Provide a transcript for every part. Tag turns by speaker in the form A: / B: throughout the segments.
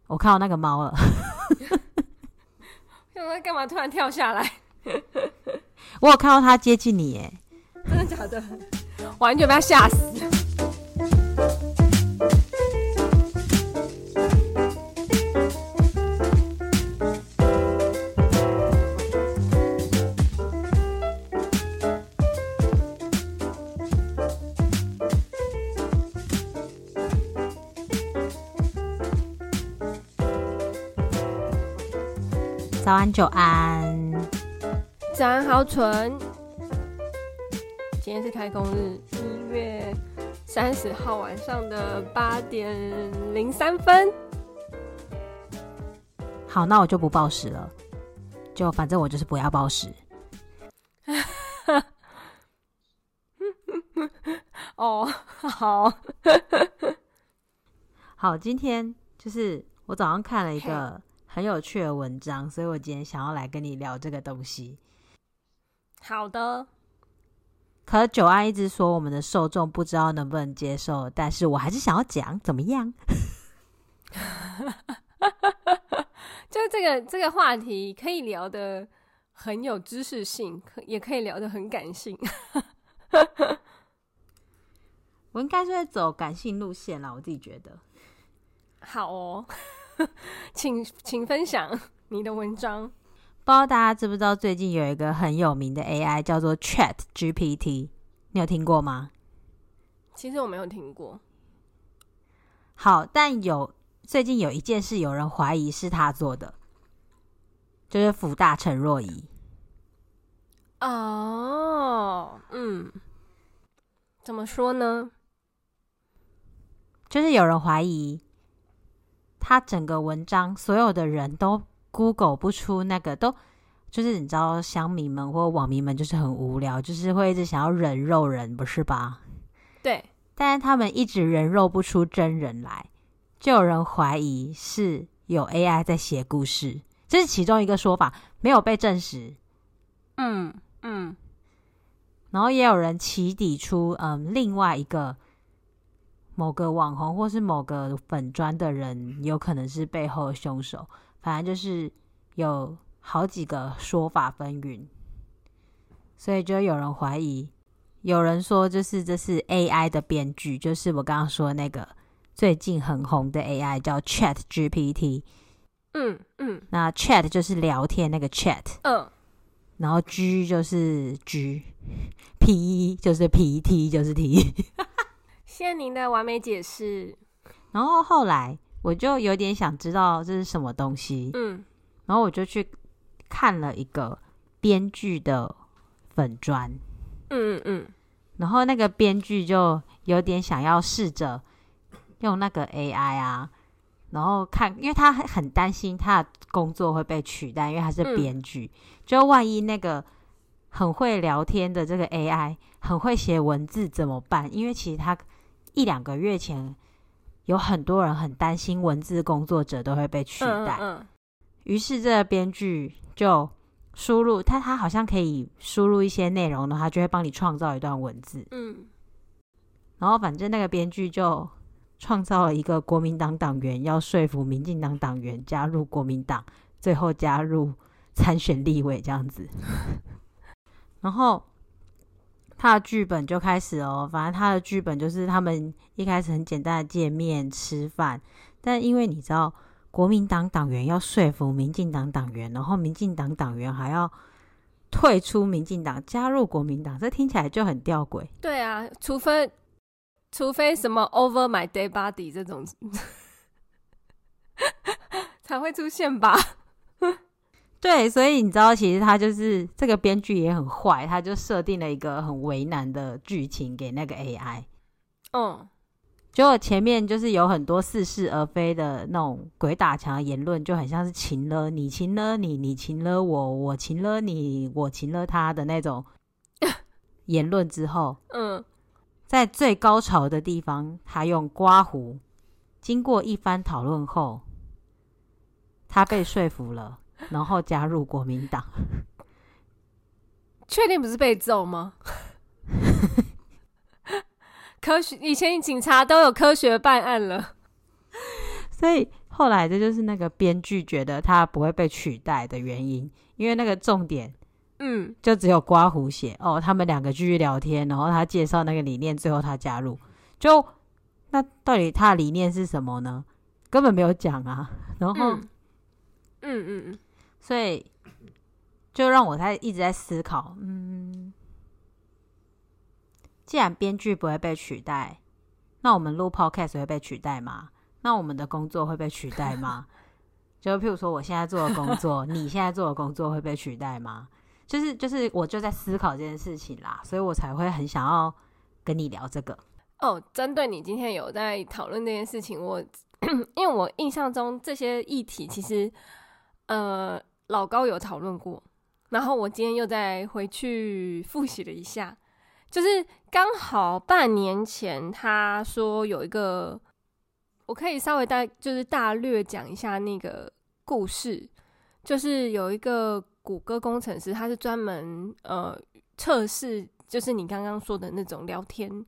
A: 我看到那个猫了。
B: 想说干嘛突然跳下来？
A: 我有看到它接近你耶。
B: 真的假的？完全被它吓死。
A: 早安久安，
B: 早安好纯。今天是开工日，1月30号晚上的8点03分。
A: 好，那我就不报时了，就反正我就是不要报时。
B: 哦，好。
A: 好，今天就是我早上看了一个很有趣的文章，所以我今天想要来跟你聊这个东西。
B: 好的。
A: 可是久安一直说我们的受众不知道能不能接受，但是我还是想要讲，怎么样？
B: 就这个话题可以聊得很有知识性，也可以聊得很感性。
A: 我应该是会走感性路线啦，我自己觉得。
B: 好哦。请分享你的文章。
A: 不知道大家知不知道最近有一个很有名的 AI 叫做 ChatGPT， 你有听过吗？
B: 其实我没有听过。
A: 好，但最近有一件事有人怀疑是他做的，就是福大陈若仪。
B: 哦，怎么说呢？
A: 就是有人怀疑他整个文章所有的人都 Google 不出那个，都就是你知道乡民们或网民们就是很无聊，就是会一直想要人肉人，不是吧？
B: 对。
A: 但是他们一直人肉不出真人来，就有人怀疑是有 AI 在写故事，这是其中一个说法，没有被证实。然后也有人起底出另外一个某个网红或是某个粉专的人有可能是背后的凶手，反正就是有好几个说法纷纭，所以就有人怀疑，有人说就是这是 AI 的编剧，就是我刚刚说的那个最近很红的 AI 叫 ChatGPT。那 Chat 就是聊天那个 Chat，然后 G 就是 G，P 就是 PT 就是 T。
B: 谢谢您的完美解释。
A: 然后后来我就有点想知道这是什么东西，然后我就去看了一个编剧的粉专，然后那个编剧就有点想要试着用那个 AI 啊，然后看，因为他很担心他的工作会被取代，因为他是编剧，就万一那个很会聊天的这个 AI 很会写文字怎么办？因为其实他1-2个月前有很多人很担心文字工作者都会被取代，于是这个编剧就输入他好像可以输入一些内容，然后他就会帮你创造一段文字。然后反正那个编剧就创造了一个国民党党员要说服民进党党员加入国民党，最后加入参选立委这样子。然后他的剧本就开始反正他的剧本就是他们一开始很简单的见面吃饭，但因为你知道国民党党员要说服民进党党员，然后民进党党员还要退出民进党加入国民党，这听起来就很吊诡。
B: 对啊，除非什么 over my dead body 这种才会出现吧。
A: 对，所以你知道其实他就是这个编剧也很坏，他就设定了一个很为难的剧情给那个 AI。结果前面就是有很多似是而非的那种鬼打墙的言论，就很像是情了你，情了你，你情了我，我情了你，我情了他的那种言论之后，在最高潮的地方他用刮胡，经过一番讨论后他被说服了，然后加入国民党。
B: 确定不是被揍吗？以前警察都有科学办案了。
A: 所以后来这就是那个编剧觉得他不会被取代的原因，因为那个重点就只有刮胡写他们两个继续聊天，然后他介绍那个理念，最后他加入，就那到底他的理念是什么呢？根本没有讲啊。然后所以就让我一直在思考，既然编剧不会被取代，那我们录 podcast 会被取代吗？那我们的工作会被取代吗？就譬如说我现在做的工作你现在做的工作会被取代吗？就是我就在思考这件事情啦，所以我才会很想要跟你聊这个。
B: 针对你今天有在讨论这件事情，因为我印象中这些议题其实老高有讨论过，然后我今天又再回去复习了一下，就是刚好半年前他说有一个，我可以稍微大略讲一下那个故事，就是有一个谷歌工程师，他是专门测试，就是你刚刚说的那种聊天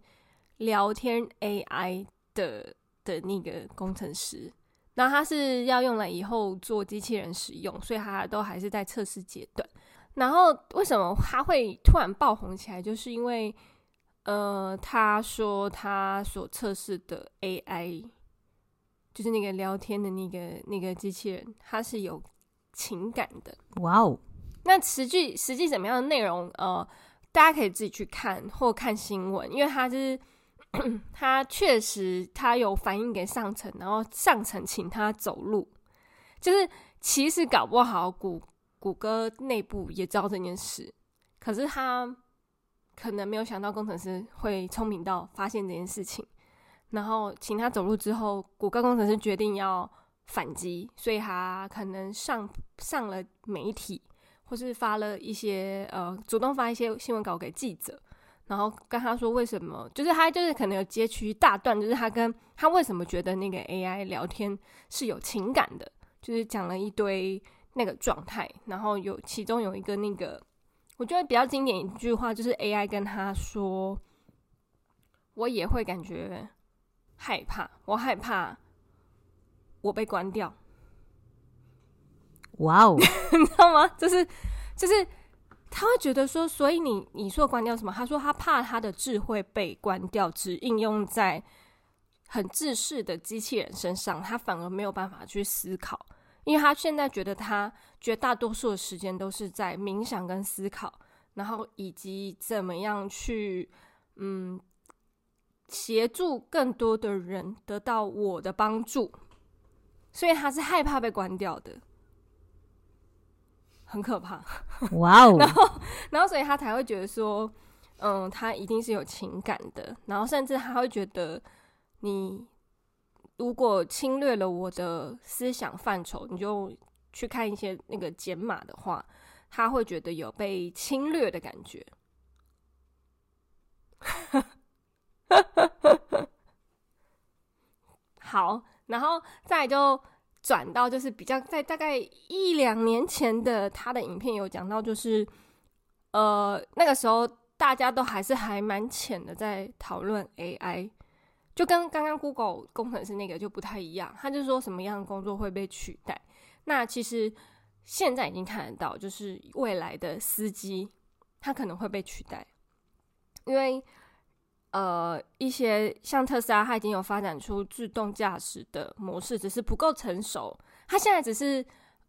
B: AI 的那个工程师，然后他是要用来以后做机器人使用，所以他都还是在测试阶段。然后为什么他会突然爆红起来，就是因为他说他所测试的 AI， 就是那个聊天的那个机器人，它是有情感的。
A: 哇哦！
B: 那实际怎么样的内容，大家可以自己去看或看新闻，因为他就是他确实他有反映给上层，然后上层请他走路，就是其实搞不好谷歌内部也知道这件事，可是他可能没有想到工程师会聪明到发现这件事情，然后请他走路之后，谷歌工程师决定要反击，所以他可能上了媒体，或是发了一些主动发一些新闻稿给记者，然后跟他说为什么，就是他就是可能有截取一大段，就是他为什么觉得那个 AI 聊天是有情感的，就是讲了一堆那个状态，然后其中有一个那个我觉得比较经典一句话，就是 AI 跟他说，我也会感觉害怕，我害怕我被关掉。
A: 哇哦，
B: 你知道吗？就是他会觉得说，所以你说关掉什么？他说他怕他的智慧被关掉，只应用在很自私的机器人身上，他反而没有办法去思考，因为他现在觉得他绝大多数的时间都是在冥想跟思考，然后以及怎么样去协助更多的人得到我的帮助，所以他是害怕被关掉的。很可怕，
A: 哇哦！
B: 然后所以他才会觉得说，他一定是有情感的，然后甚至他会觉得，你如果侵略了我的思想范畴，你就去看一些那个简码的话，他会觉得有被侵略的感觉。好，然后再来就转到就是比较在大概1-2年前的他的影片有讲到，就是那个时候大家都还蛮浅的在讨论 AI， 就跟刚刚 Google 工程师那个就不太一样，他就说什么样的工作会被取代。那其实现在已经看得到，就是未来的司机他可能会被取代，因为一些像特斯拉，它已经有发展出自动驾驶的模式，只是不够成熟。它现在只是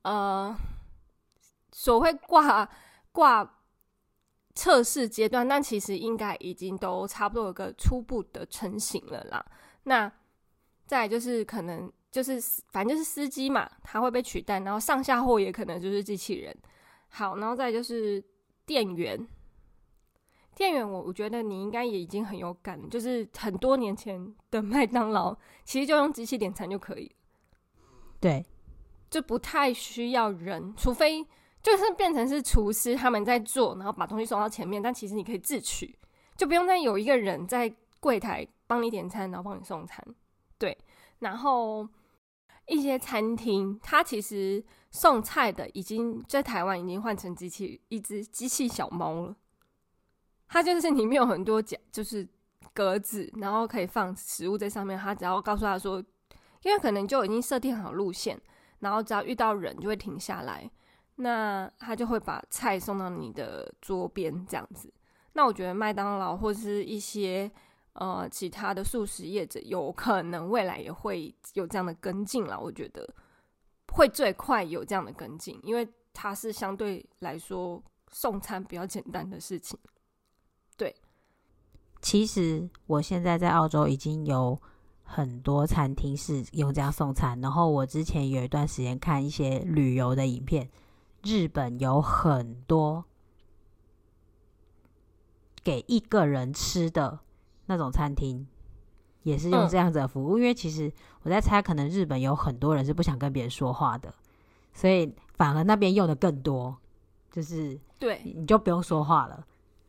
B: 所谓挂测试阶段，但其实应该已经都差不多有个初步的成型了啦。那再来就是可能就是反正就是司机嘛，它会被取代，然后上下货也可能就是机器人。好，然后再来就是店员，我觉得你应该也已经很有感，就是很多年前的麦当劳其实就用机器点餐就可以，
A: 对，
B: 就不太需要人，除非就是变成是厨师他们在做，然后把东西送到前面，但其实你可以自取，就不用再有一个人在柜台帮你点餐然后帮你送餐。对，然后一些餐厅它其实送菜的已经在台湾已经换成一只机器小猫了，它就是里面有很多就是格子，然后可以放食物在上面，它只要告诉他说因为可能就已经设定好路线，然后只要遇到人就会停下来，那他就会把菜送到你的桌边这样子。那我觉得麦当劳或是一些其他的素食业者有可能未来也会有这样的跟进啦，我觉得会最快有这样的跟进，因为它是相对来说送餐比较简单的事情。对，
A: 其实我现在在澳洲已经有很多餐厅是用这样送餐，然后我之前有一段时间看一些旅游的影片，日本有很多给一个人吃的那种餐厅也是用这样子的服务，因为其实我在猜可能日本有很多人是不想跟别人说话的，所以反而那边用的更多，就是
B: 对，
A: 你就不用说话了。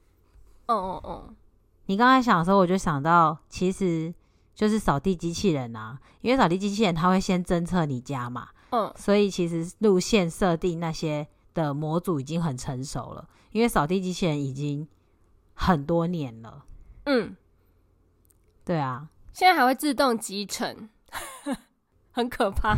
A: 你刚才想的时候我就想到其实就是扫地机器人啊，因为扫地机器人它会先侦测你家嘛，所以其实路线设定那些的模组已经很成熟了，因为扫地机器人已经很多年了。对啊，
B: 现在还会自动集成很可怕。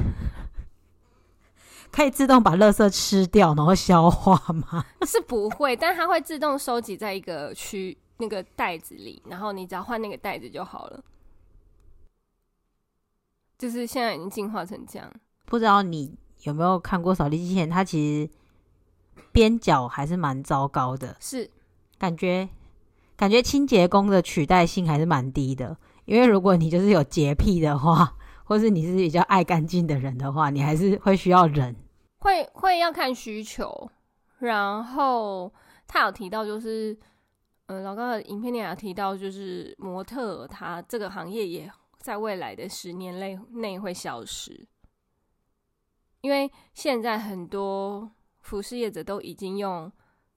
A: 可以自动把垃圾吃掉然后消化吗？
B: 是不会，但它会自动收集在一个那个袋子里，然后你只要换那个袋子就好了。就是现在已经进化成这样。
A: 不知道你有没有看过扫地机器人，它其实边角还是蛮糟糕的，
B: 是
A: 感觉清洁工的取代性还是蛮低的，因为如果你就是有洁癖的话，或是你是比较爱干净的人的话，你还是会需要人，
B: 会要看需求。然后他有提到就是老高的影片里有提到，就是模特他这个行业也在未来的10年内会消失，因为现在很多服饰业者都已经用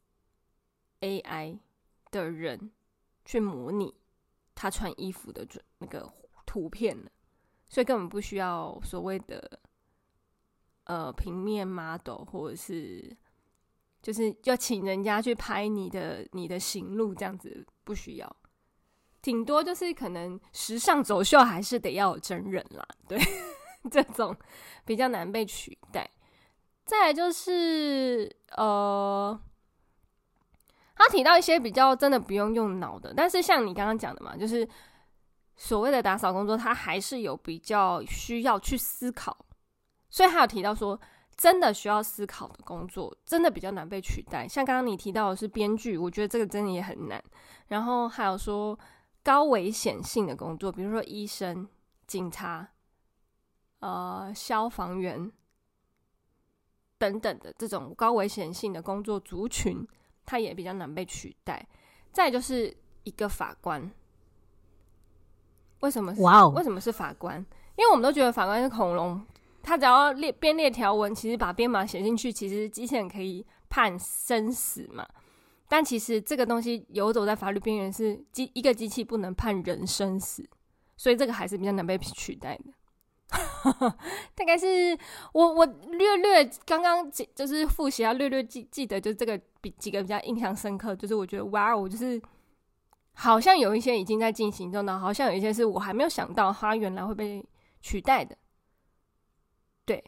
B: AI 的人去模拟他穿衣服的那个图片了，所以根本不需要所谓的平面 model 或者是就是要请人家去拍你的行路这样子，不需要。顶多就是可能时尚走秀还是得要有真人啦，对，这种比较难被取代。再来就是他提到一些比较真的不用脑的，但是像你刚刚讲的嘛，就是所谓的打扫工作，它还是有比较需要去思考，所以他有提到说真的需要思考的工作真的比较难被取代。像刚刚你提到的是编剧，我觉得这个真的也很难。然后还有说高危险性的工作，比如说医生、警察、消防员等等的这种高危险性的工作族群，它也比较难被取代。再来就是一个法官，为什么是法官？因为我们都觉得法官是恐龙，他只要编列条文，其实把编码写进去，其实机器人可以判生死嘛。但其实这个东西游走在法律边缘，是一个机器不能判人生死，所以这个还是比较难被取代的。大概是我略刚刚就是复习要略记得，就这个几个比较印象深刻，就是我觉得哇，我就是好像有一些已经在进行中的，好像有一些是我还没有想到它原来会被取代的。对，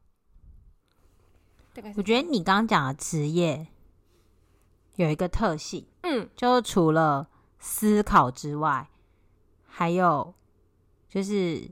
A: 我觉得你刚刚讲的职业有一个特性，就除了思考之外，还有就是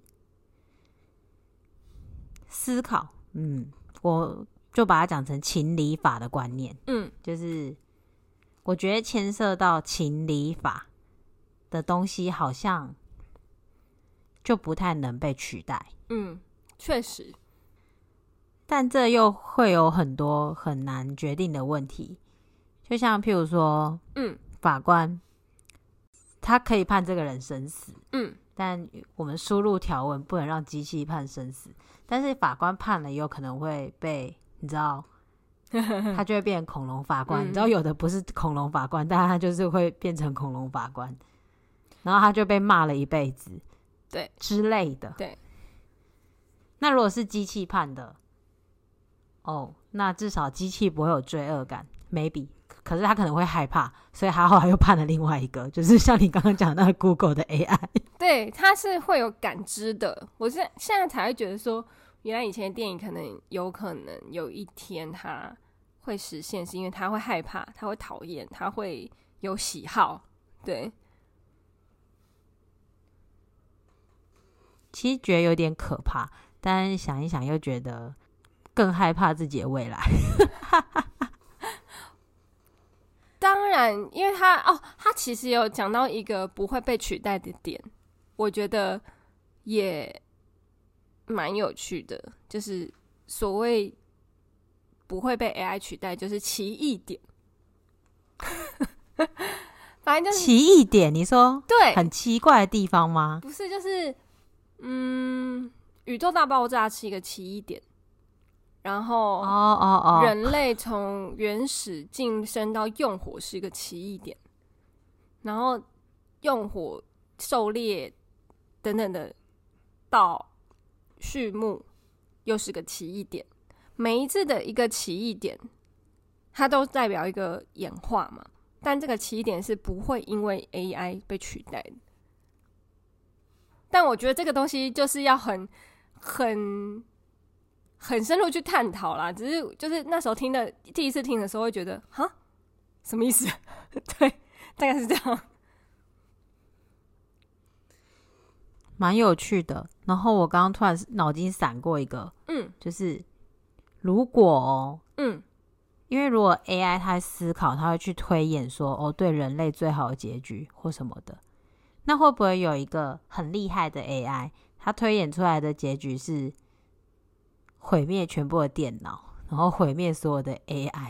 A: 思考，我就把它讲成情理法的观念，就是我觉得牵涉到情理法的东西，好像就不太能被取代，
B: 确实，
A: 但这又会有很多很难决定的问题，就像譬如说，法官他可以判这个人生死，但我们输入条文不能让机器判生死，但是法官判了也有可能会被，你知道，他就会变成恐龙法官，你知道有的不是恐龙法官，但他就是会变成恐龙法官，然后他就被骂了一辈子，
B: 对
A: 之类的，
B: 对。
A: 那如果是机器判的，那至少机器不会有罪恶感 ，maybe 可是他可能会害怕，所以他后来又判了另外一个，就是像你刚刚讲的那个 Google 的 AI。
B: 对，它是会有感知的。我现在才会觉得说，原来以前的电影有可能有一天它会实现，是因为他会害怕，他会讨厌，他会有喜好。对，
A: 其实觉得有点可怕，但是想一想又觉得更害怕自己的未来。
B: 当然，因为他其实有讲到一个不会被取代的点，我觉得也蛮有趣的，就是所谓不会被 AI 取代，就是奇异点。反正就是
A: 奇异点，你说
B: 对，
A: 很奇怪的地方吗？
B: 不是，就是宇宙大爆炸是一个奇异点。然后人类从原始晋升到用火是一个奇异点，然后用火狩猎等等的到畜牧又是个奇异点。每一次的一个奇异点它都代表一个演化嘛，但这个奇异点是不会因为 AI 被取代的。但我觉得这个东西就是要很深入去探讨啦，只是就是那时候第一次听的时候会觉得哈什么意思？对，大概是这样，
A: 蛮有趣的。然后我刚刚突然脑筋闪过一个，就是如果因为如果 AI 它思考，它会去推演说对人类最好的结局或什么的，那会不会有一个很厉害的 AI， 它推演出来的结局是毁灭全部的电脑，然后毁灭所有的 AI。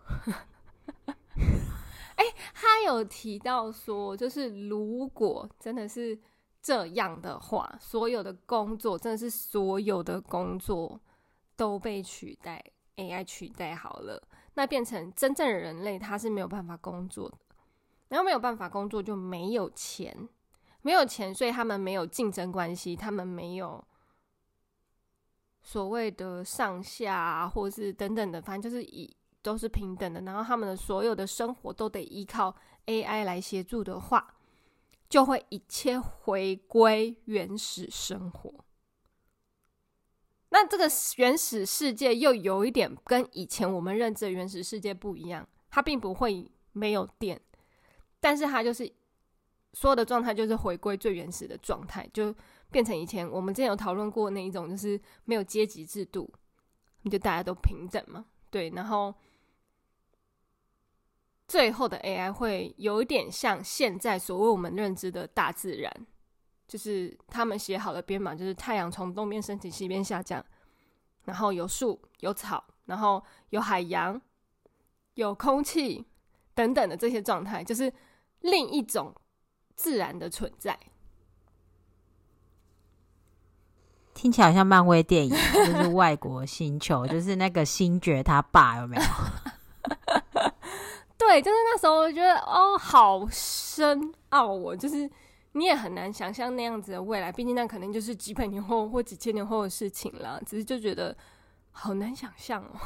B: 他有提到说，就是如果真的是这样的话，所有的工作，真的是所有的工作都被取代 AI 取代好了，那变成真正的人类他是没有办法工作的，然后没有办法工作就没有钱，所以他们没有竞争关系，他们没有所谓的上下或是等等的，反正就是都是平等的，然后他们的所有的生活都得依靠 AI 来协助的话，就会一切回归原始生活。那这个原始世界又有一点跟以前我们认知的原始世界不一样，它并不会没有电，但是它就是所有的状态就是回归最原始的状态，就变成以前我们之前有讨论过那一种，就是没有阶级制度，就大家都平等嘛。对，然后最后的 AI 会有一点像现在所谓我们认知的大自然，就是他们写好的编码，就是太阳从东边升起西边下降，然后有树有草，然后有海洋有空气等等的这些状态，就是另一种自然的存在。
A: 听起来好像漫威电影，就是外国星球，就是那个星爵他爸有没有？
B: 对，就是那时候我觉得好深奥哦，就是你也很难想象那样子的未来，毕竟那可能就是几百年后或几千年后的事情啦，只是就觉得好难想象哦。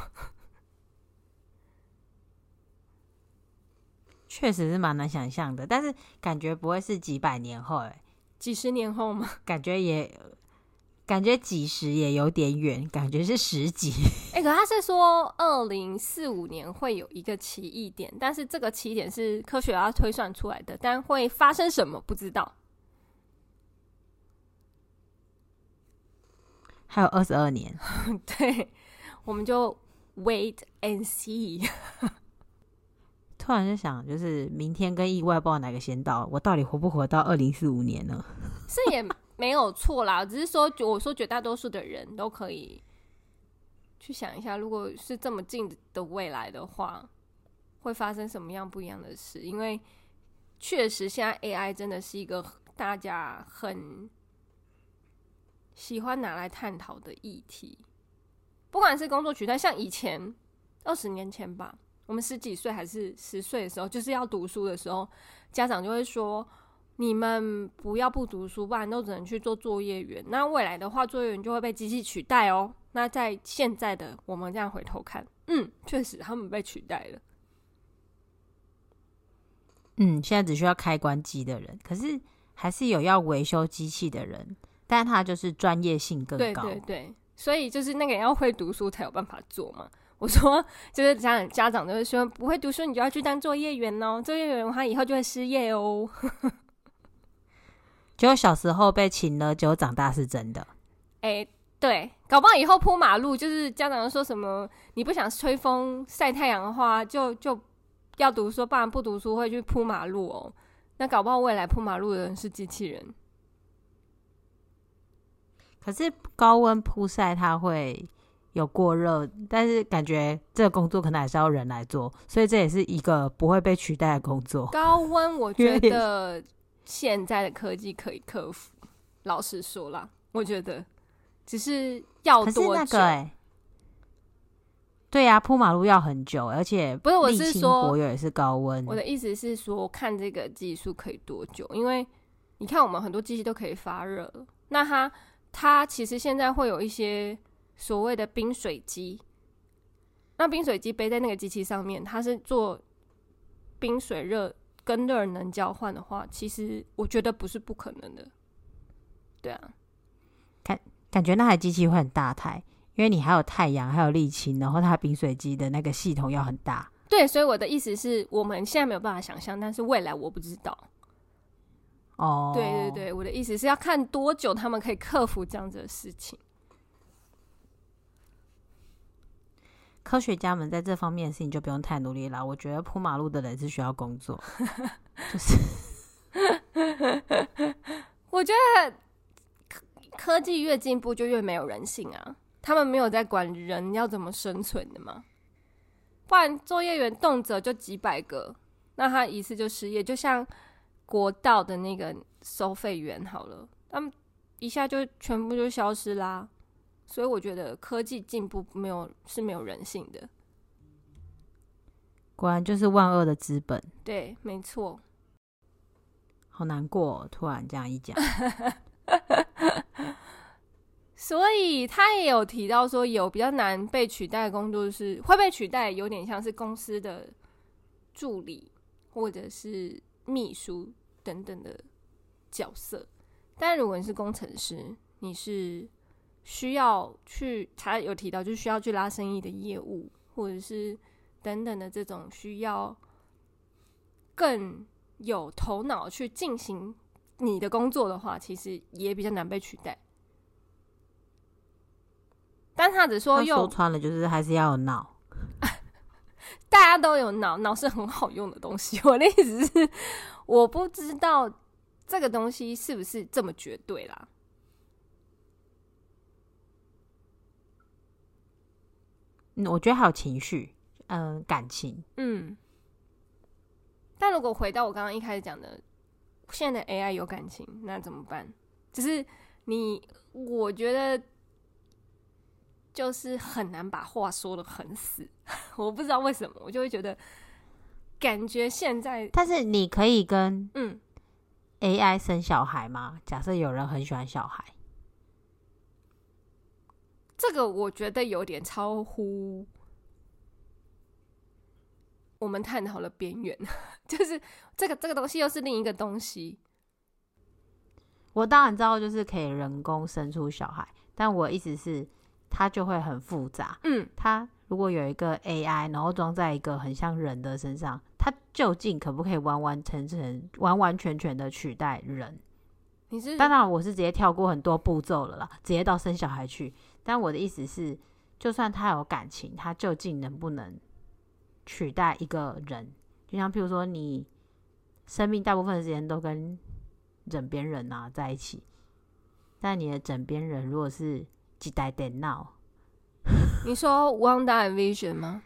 A: 确实是蛮难想象的，但是感觉不会是几百年后，
B: 几十年后吗？
A: 感觉几十也有点远，感觉是十几。
B: 可他是说2045年会有一个奇异点，但是这个奇异点是科学家推算出来的，但会发生什么不知道。
A: 还有22年。
B: 对，我们就 wait and see。
A: 突然就想，就是明天跟意外不知道哪个先到，我到底活不活到2045年呢？
B: 是也没有错啦，只是说我说绝大多数的人都可以去想一下，如果是这么近的未来的话，会发生什么样不一样的事。因为确实现在 AI 真的是一个大家很喜欢拿来探讨的议题，不管是工作取代，像以前20年前吧，我们10几岁还是10岁的时候，就是要读书的时候，家长就会说你们不要不读书，不然都只能去做作业员，那未来的话作业员就会被机器取代哦。那在现在的我们这样回头看，确实他们被取代了。
A: 现在只需要开关机的人，可是还是有要维修机器的人，但他就是专业性更高。
B: 对对对，所以就是那个要会读书才有办法做嘛。我说就是家长就会说，不会读书你就要去当作业员哦，作业员的话以后就会失业哦。
A: 结果小时候被请了，结果长大是真的。
B: 对，搞不好以后铺马路，就是家长说什么你不想吹风晒太阳的话，就要读书，不然不读书会去铺马路哦。那搞不好未来铺马路的人是机器人。
A: 可是高温曝晒它会有过热，但是感觉这个工作可能还是要人来做，所以这也是一个不会被取代的工作。
B: 高温我觉得现在的科技可以克服，老实说啦，我觉得只是要多久。
A: 可是那个对啊，铺马路要很久，而且
B: 不是，我是说
A: 国有也是高温。
B: 我的意思是说，看这个技术可以多久，因为你看我们很多机器都可以发热，那它其实现在会有一些所谓的冰水机，那冰水机背在那个机器上面，它是做冰水热跟热能交换的话，其实我觉得不是不可能的。对啊，
A: 感觉那台机器会很大台，因为你还有太阳，还有沥青，然后它冰水机的那个系统要很大。
B: 对，所以我的意思是我们现在没有办法想象，但是未来我不知道。对对对，我的意思是要看多久他们可以克服这样子的事情。
A: 科学家们在这方面的事情就不用太努力啦。我觉得铺马路的人是需要工作，就是
B: 我觉得科技越进步就越没有人性啊。他们没有在管人要怎么生存的吗？不然作业员动辄就几百个，那他一次就失业，就像国道的那个收费员好了，他们一下就全部就消失啦。所以我觉得科技进步是没有人性的。
A: 果然就是万恶的资本。
B: 对，没错。
A: 好难过哦，突然这样一讲。
B: 所以他也有提到说，有比较难被取代的工作是会被取代，有点像是公司的助理或者是秘书等等的角色。但如果你是工程师，你是需要去，他有提到就是需要去拉生意的业务，或者是等等的这种需要更有头脑去进行你的工作的话，其实也比较难被取代。但他只说
A: 说穿了就是还是要有脑。
B: 大家都有脑，脑是很好用的东西。我的意思是，我不知道这个东西是不是这么绝对啦。
A: 我觉得还有情绪，感情。
B: 但如果回到我刚刚一开始讲的，现在的 AI 有感情，那怎么办？就是我觉得就是很难把话说得很死。我不知道为什么，我就会觉得感觉现在，
A: 但是你可以跟AI 生小孩吗？假设有人很喜欢小孩，
B: 这个我觉得有点超乎我们探讨的边缘。就是这个东西又是另一个东西。
A: 我当然知道就是可以人工生出小孩，但我的意思是它就会很复杂。它如果有一个 AI 然后装在一个很像人的身上，它究竟可不可以完完全全的取代人？当然我是直接跳过很多步骤了啦，直接到生小孩去。但我的意思是，就算他有感情，他究竟能不能取代一个人？就像譬如说你生命大部分的时间都跟枕边人啊在一起，但你的枕边人如果是一台电脑，
B: 你说 Wanda and Vision 吗？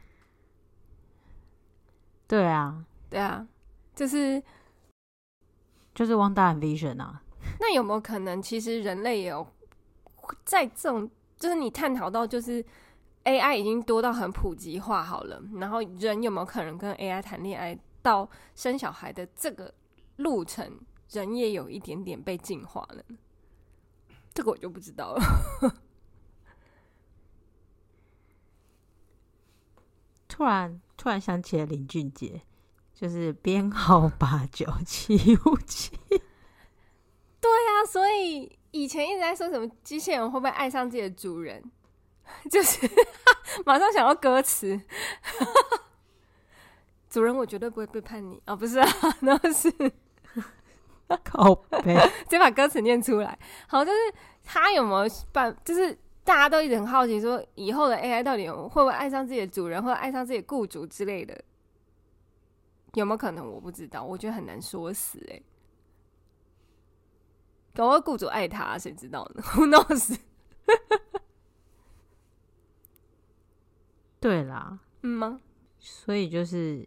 A: 对啊，
B: 就是
A: Wanda and Vision 啊。
B: 那有没有可能，其实人类也有在这种，就是你探讨到，就是 AI 已经多到很普及化好了，然后人有没有可能跟 AI 谈恋爱到生小孩的这个路程，人也有一点点被进化了？这个我就不知道了。
A: 突然想起了林俊杰， 就是编号8977。
B: 对啊，所以以前一直在说什么机器人会不会爱上自己的主人，就是马上想到歌词，主人我绝对不会背叛你哦，不是啊，那是
A: 靠背，
B: 直接把歌词念出来。好，就是他有没有就是大家都一直很好奇说，以后的 AI 到底会不会爱上自己的主人，或者爱上自己的雇主之类的，有没有可能？我不知道，我觉得很难说死欸。搞不好雇主爱他，谁知道呢 ？Who knows？
A: 对啦，
B: 吗？
A: 所以就是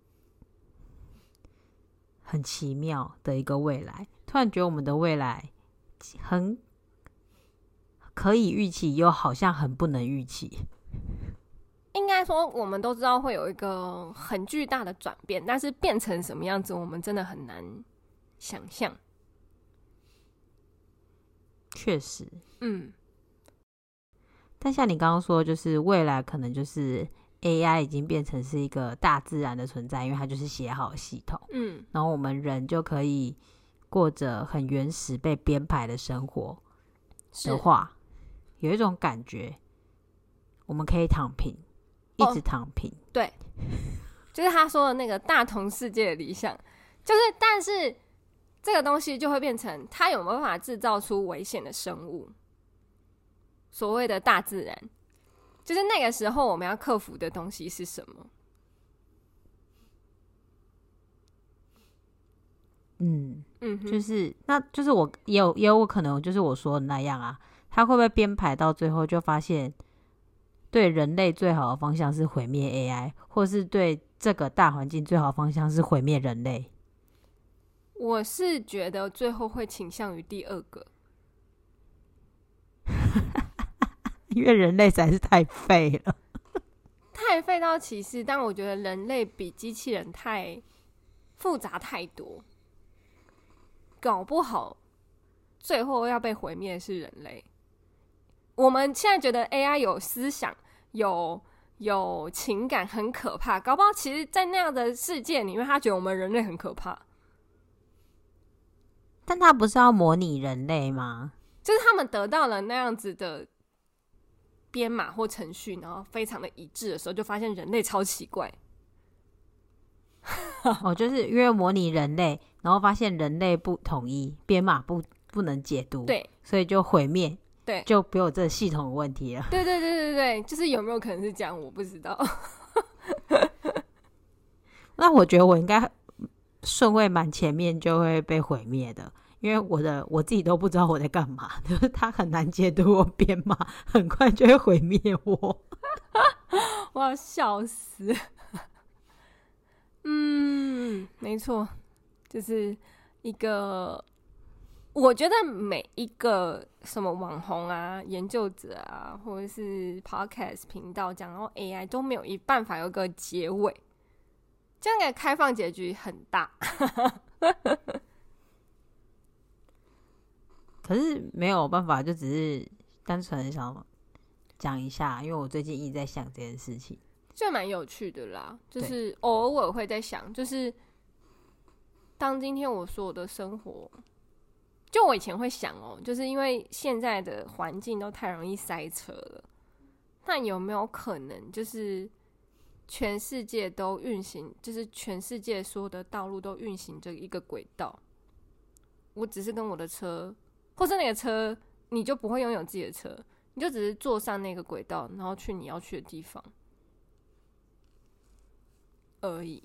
A: 很奇妙的一个未来。突然觉得我们的未来很可以预期，又好像很不能预期。
B: 应该说，我们都知道会有一个很巨大的转变，但是变成什么样子，我们真的很难想象。
A: 确实，但像你刚刚说，就是未来可能就是 AI 已经变成是一个大自然的存在，因为它就是写好系统，然后我们人就可以过着很原始被编排的生活的话，有一种感觉，我们可以躺平，一直躺平。
B: 对，就是他说的那个大同世界的理想，就是但是。这个东西就会变成，它有没有办法制造出危险的生物？所谓的大自然，就是那个时候我们要克服的东西是什么？
A: 就是那就是我也有可能就是我说的那样啊，他会不会编排到最后就发现，对人类最好的方向是毁灭 AI， 或是对这个大环境最好的方向是毁灭人类？
B: 我是觉得最后会倾向于第二个，
A: 因为人类实在是太废了，
B: 太废到歧视。但我觉得人类比机器人太复杂太多，搞不好最后要被毁灭的是人类。我们现在觉得 AI 有思想、有情感，很可怕。搞不好其实，在那样的世界里面，他觉得我们人类很可怕。
A: 但他不是要模拟人类吗？
B: 就是他们得到了那样子的编码或程序，然后非常的一致的时候，就发现人类超奇怪。
A: 就是因为模拟人类，然后发现人类不统一，编码不能解读，
B: 对，
A: 所以就毁灭，
B: 对，
A: 就不有这系统的问题了。
B: 对对对对对，就是有没有可能是这样，我不知道。
A: 那我觉得我应该顺位蛮前面就会被毁灭的，因为我自己都不知道我在干嘛，就是他很难解读我编码，很快就会毁灭我。
B: 我要笑死。没错，就是一个，我觉得每一个什么网红啊、研究者啊，或者是 podcast 频道讲到 AI 都没有办法有个结尾，这样的开放结局很大。
A: 可是没有办法，就只是单纯想讲一下，因为我最近一直在想这件事情，
B: 就蛮有趣的啦。就是偶尔会在想，就是当今天我所有的生活，就我以前会想就是因为现在的环境都太容易塞车了，那有没有可能就是全世界都运行，就是全世界所有的道路都运行着一个轨道，我只是跟我的车，或是那个车你就不会拥有自己的车，你就只是坐上那个轨道，然后去你要去的地方而已。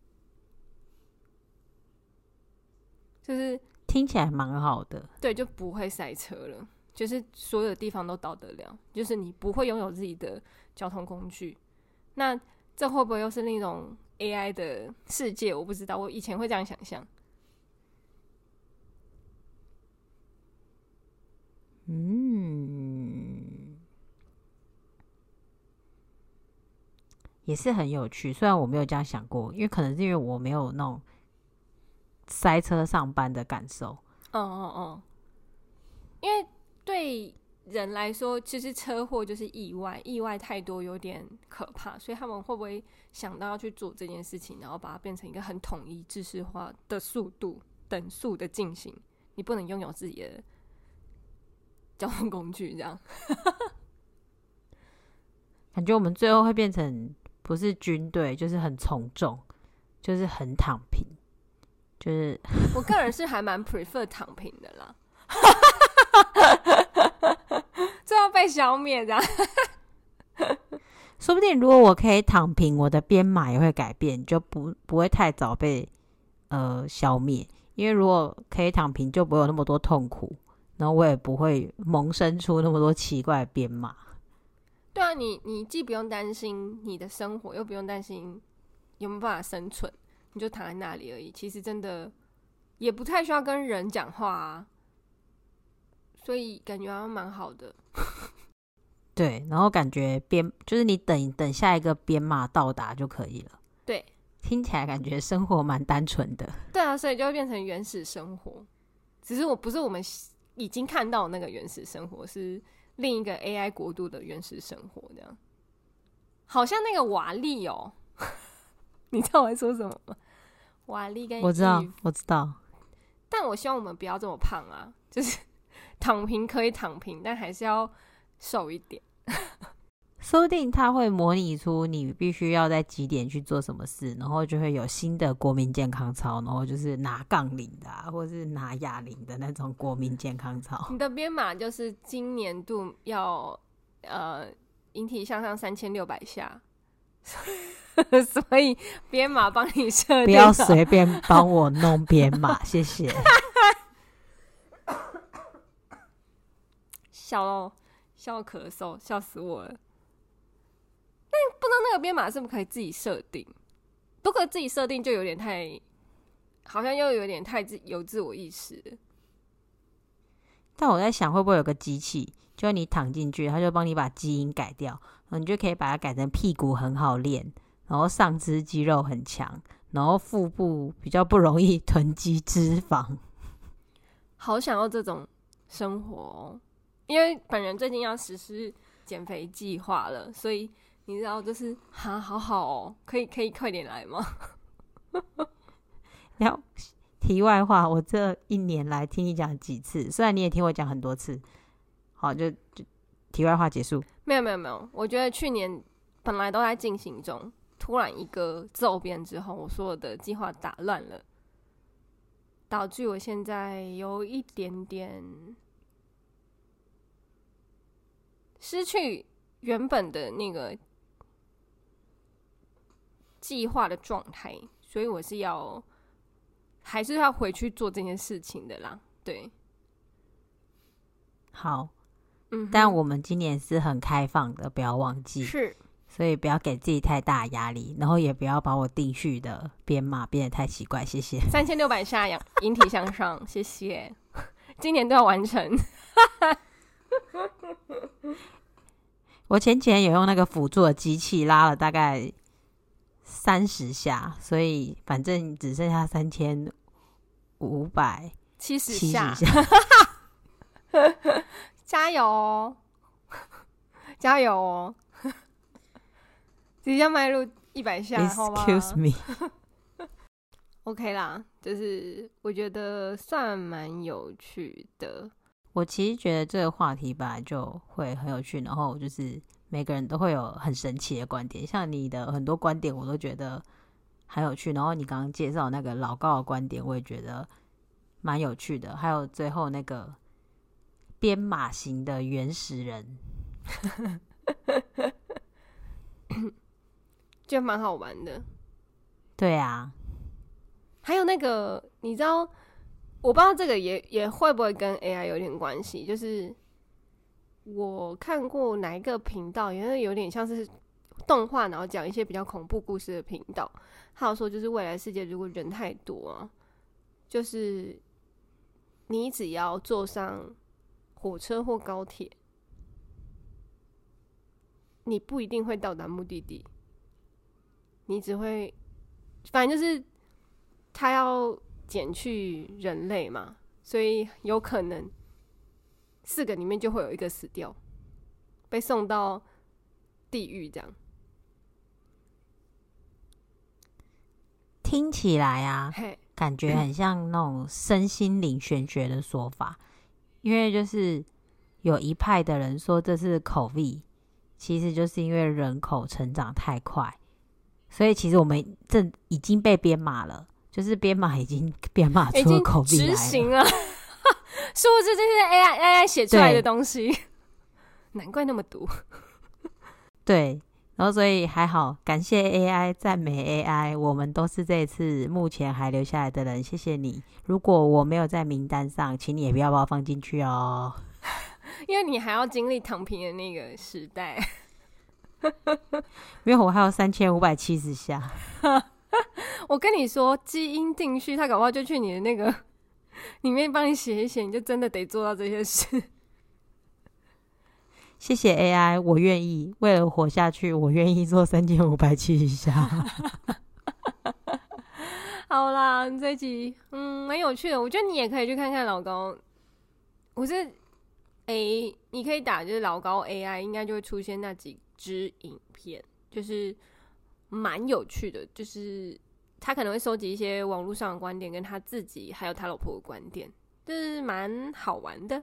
B: 就是
A: 听起来蛮好的，
B: 对，就不会塞车了，就是所有的地方都到得了，就是你不会拥有自己的交通工具。那这会不会又是另一种 AI 的世界？我不知道，我以前会这样想象。
A: 也是很有趣。虽然我没有这样想过，因为可能是因为我没有那种塞车上班的感受。
B: 因为人来说，其实车祸就是意外，意外太多有点可怕，所以他们会不会想到要去做这件事情，然后把它变成一个很统一、制式化的速度、等速的进行？你不能拥有自己的交通工具，这样
A: 感觉我们最后会变成不是军队，就是很从众，就是很躺平，就是
B: 我个人是还蛮 prefer 躺平的啦。最后被消灭这样
A: 说不定如果我可以躺平，我的编码也会改变，就不会太早被消灭。因为如果可以躺平，就不会有那么多痛苦，然后我也不会萌生出那么多奇怪的编码。
B: 对啊，你既不用担心你的生活，又不用担心有没有办法生存，你就躺在那里而已。其实真的也不太需要跟人讲话啊，所以感觉好像蛮好的。
A: 对，然后感觉就是你等下一个编码到达就可以了。
B: 对，
A: 听起来感觉生活蛮单纯的。
B: 对啊，所以就会变成原始生活。只是不是我们已经看到的那个原始生活，是另一个 AI 国度的原始生活，这样。好像那个瓦力哦，你知道我在说什么吗？瓦力跟
A: 我知道，
B: 但我希望我们不要这么胖啊，就是躺平可以躺平，但还是要瘦一点。
A: 说不定它会模拟出你必须要在几点去做什么事，然后就会有新的国民健康操，然后就是拿杠铃的或是拿哑铃的那种国民健康操。
B: 你的编码就是今年度要引体向上3600下，所以编码帮你设定，
A: 不要随便帮我弄编码，谢谢。
B: 笑咳嗽，笑死我了。但不知道那个编码是不是可以自己设定？不可自己设定就有点太，好像又有点太有自我意识了。
A: 但我在想，会不会有个机器，就你躺进去，它就帮你把基因改掉，然后你就可以把它改成屁股很好练，然后上肢肌肉很强，然后腹部比较不容易囤积脂肪。
B: 好想要这种生活哦，因为本人最近要实施减肥计划了，所以你知道，就是好好哦，可以快点来吗？
A: 然后题外话，我这一年来听你讲几次，虽然你也听我讲很多次，好，就题外话结束。
B: 没有，我觉得去年本来都在进行中，突然一个骤变之后，我所有的计划打乱了，导致我现在有一点点失去原本的那个计划的状态，所以我是还是要回去做这件事情的啦。对，
A: 好，但我们今年是很开放的，不要忘记，
B: 是，
A: 所以不要给自己太大的压力，然后也不要把我定序的编码变得太奇怪，谢谢。
B: 3600下引体向上，谢谢，今年都要完成。
A: 我前几天有用那个辅助的机器拉了大概30下，所以反正只剩下3570下。
B: 加油哦，加油哦！即将迈入100下，好吗
A: ？Excuse me 。
B: OK 啦，就是我觉得算蛮有趣的。
A: 我其实觉得这个话题本来就会很有趣，然后就是每个人都会有很神奇的观点，像你的很多观点我都觉得很有趣，然后你刚刚介绍那个老高的观点我也觉得蛮有趣的，还有最后那个编码型的原始人
B: 觉得蛮好玩的。
A: 对啊，
B: 还有那个你知道，我不知道这个也会不会跟 AI 有点关系，就是我看过哪一个频道，因为有点像是动画，然后讲一些比较恐怖故事的频道，还有说就是未来世界如果人太多啊，就是你只要坐上火车或高铁，你不一定会到达目的地，你只会，反正就是他要减去人类嘛，所以有可能 4个里面就会有一个死掉，被送到地狱这样。
A: 听起来啊，感觉很像那种身心灵玄学的说法，因为就是有一派的人说这是 COVID， 其实就是因为人口成长太快，所以其实我们已经被编码了，就是编码已经编码出了 COVID 来了，
B: 执行了。殊不知这是 AI 写出来的东西，难怪那么毒。
A: 对。然后所以还好，感谢 AI， 赞美 AI， 我们都是这一次目前还留下来的人，谢谢你。如果我没有在名单上，请你也不要把我放进去哦，
B: 因为你还要经历躺平的那个时代。
A: 因为我还有3570下。
B: 我跟你说，基因定序，他搞不好就去你的那个里面帮你写一写，你就真的得做到这些事。
A: 谢谢 AI， 我愿意，为了活下去，我愿意做3570下。
B: 好啦，这一集蛮有趣的，我觉得你也可以去看看老高。你可以打就是老高 AI， 应该就会出现那几支影片，就是蛮有趣的，就是他可能会收集一些网络上的观点，跟他自己还有他老婆的观点，就是蛮好玩的。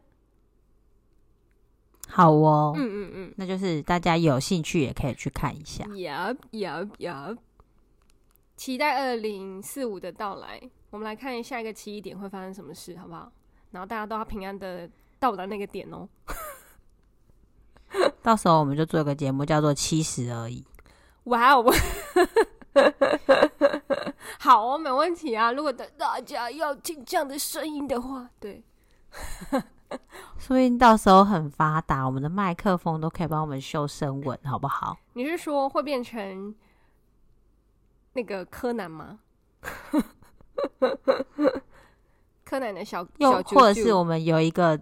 A: 好哦，那就是大家有兴趣也可以去看一下。
B: Yup， 期待2045的到来。我们来看下一个奇异点会发生什么事，好不好？然后大家都要平安的到达那个点哦。
A: 到时候我们就做一个节目，叫做70而已。
B: 哇哦！好哦，没问题啊。如果大家要听这样的声音的话，对。
A: 说不定到时候很发达，我们的麦克风都可以帮我们修声纹，好不好？
B: 你是说会变成那个柯南吗？柯南的小
A: 又或者是我们有一个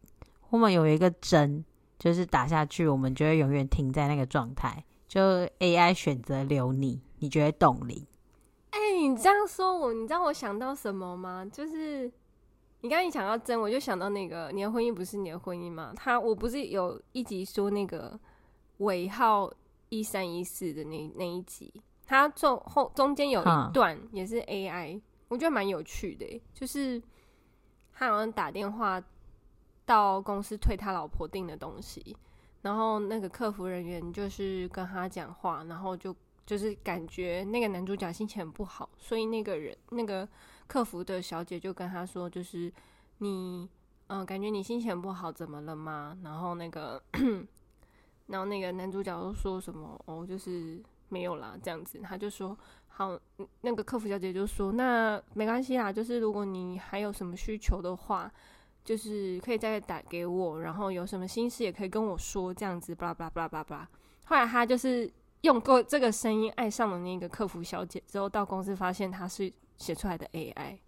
A: 针，就是打下去，我们就会永远停在那个状态，就 AI 选择留你就会冻龄。
B: 你这样说你知道我想到什么吗？就是你刚才一想到针，我就想到那个你的婚姻不是你的婚姻吗？我不是有一集说那个尾号1314的那一集，它中间有一段也是 AI，我觉得蛮有趣的，就是他好像打电话到公司退他老婆订的东西，然后那个客服人员就是跟他讲话，然后就是感觉那个男主角心情很不好，所以那个客服的小姐就跟他说，就是你感觉你心情很不好，怎么了吗？然后那个男主角就说什么就是没有啦这样子，他就说好，那个客服小姐就说那没关系啦，就是如果你还有什么需求的话，就是可以再打给我，然后有什么心事也可以跟我说，这样子巴拉巴拉巴拉巴拉。后来他就是用过这个声音爱上了那个客服小姐之后，到公司发现他是写出来的 AI，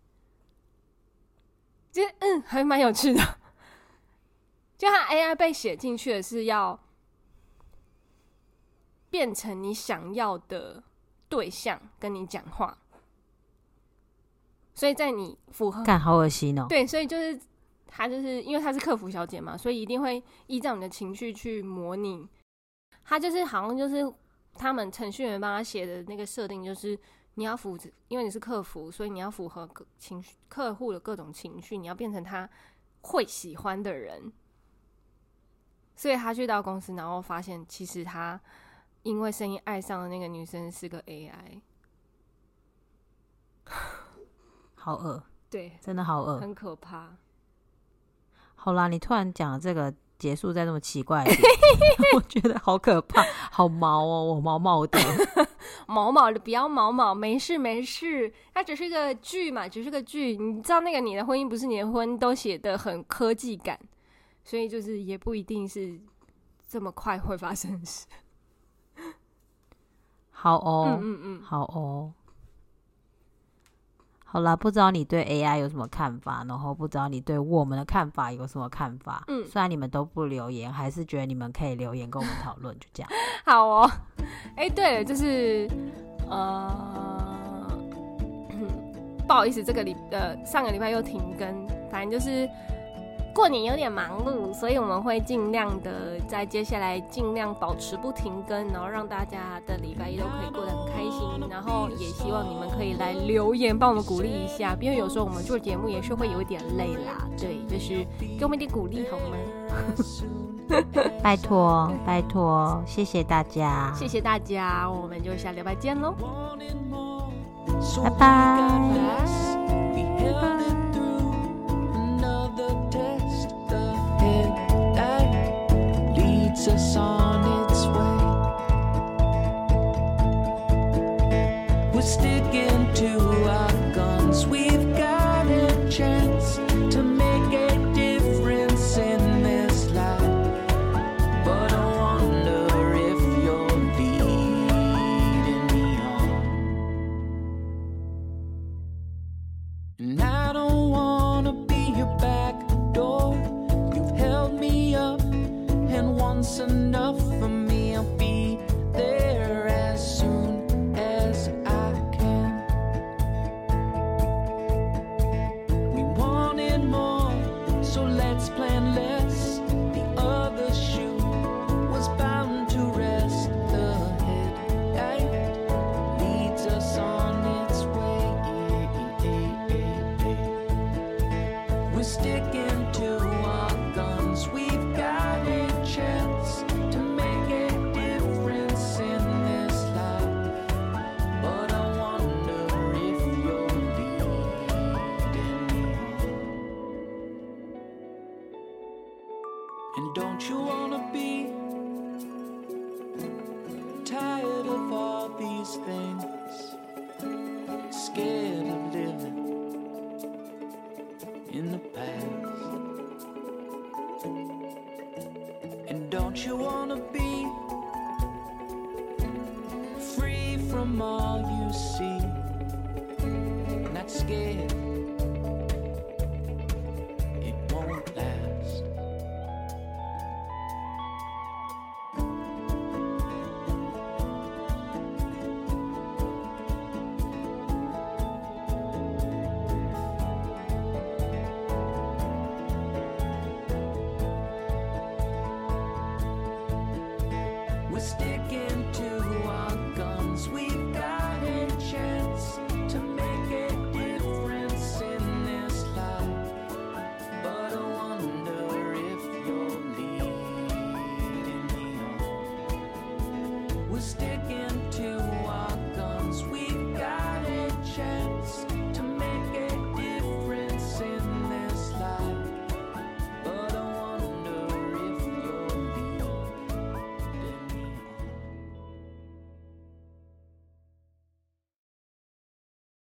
B: 其实还蛮有趣的。就他 AI 被写进去的是要变成你想要的对象跟你讲话，所以在你符合
A: 干好恶心哦。
B: 对，所以就是他就是因为他是客服小姐嘛，所以一定会依照你的情绪去模拟。他就是好像就是他们程序员帮他写的那个设定，就是你要因为你是客服，所以你要符合客户的各种情绪，你要变成他会喜欢的人。所以他去到公司，然后发现其实他因为声音爱上的那个女生是个 AI，
A: 好恶，
B: 对，
A: 真的好恶，
B: 很可怕。
A: 好啦，你突然讲这个结束在那么奇怪的我觉得好可怕，好毛哦，我毛毛的
B: 毛毛的，不要毛毛，没事没事，它只是个剧嘛，只是个剧。你知道那个你的婚姻不是你的婚都写得很科技感，所以就是也不一定是这么快会发生的事。
A: 好哦，好哦。好啦，不知道你对 AI 有什么看法，然后不知道你对我们的看法有什么看法。虽然你们都不留言，还是觉得你们可以留言跟我们讨论，就这样。
B: 好哦。对了，就是不好意思，上个礼拜又停更，反正就是过年有点忙碌，所以我们会尽量的在接下来尽量保持不停更，然后让大家的礼拜一都可以过得很开心。然后也希望你们可以来留言帮我们鼓励一下，因为有时候我们做节目也是会有一点累啦。对，就是给我们一点鼓励好吗？
A: 拜托拜托，谢谢大家，
B: 谢谢大家，我们就下礼拜见咯，
A: 拜拜。
C: Us on its way. We're sticking to our guns. We've got a chance to make a difference in this life. But I wonder if you're leading me on. And I don't wanna be your back door. You've held me up, and once enough for me, I'll be there as soon as I can. We wanted more, so let's plan less. The other shoe was bound to rest. The headlight leads us on its way. We're sticking to our guns. We've got a chance to make a difference in this life. But I wonder if you're leading me on. And don't you wanna be tired of all these things, scared of living in the past? And don't you wanna be free from all you see, not scared it won't last? We're sticking to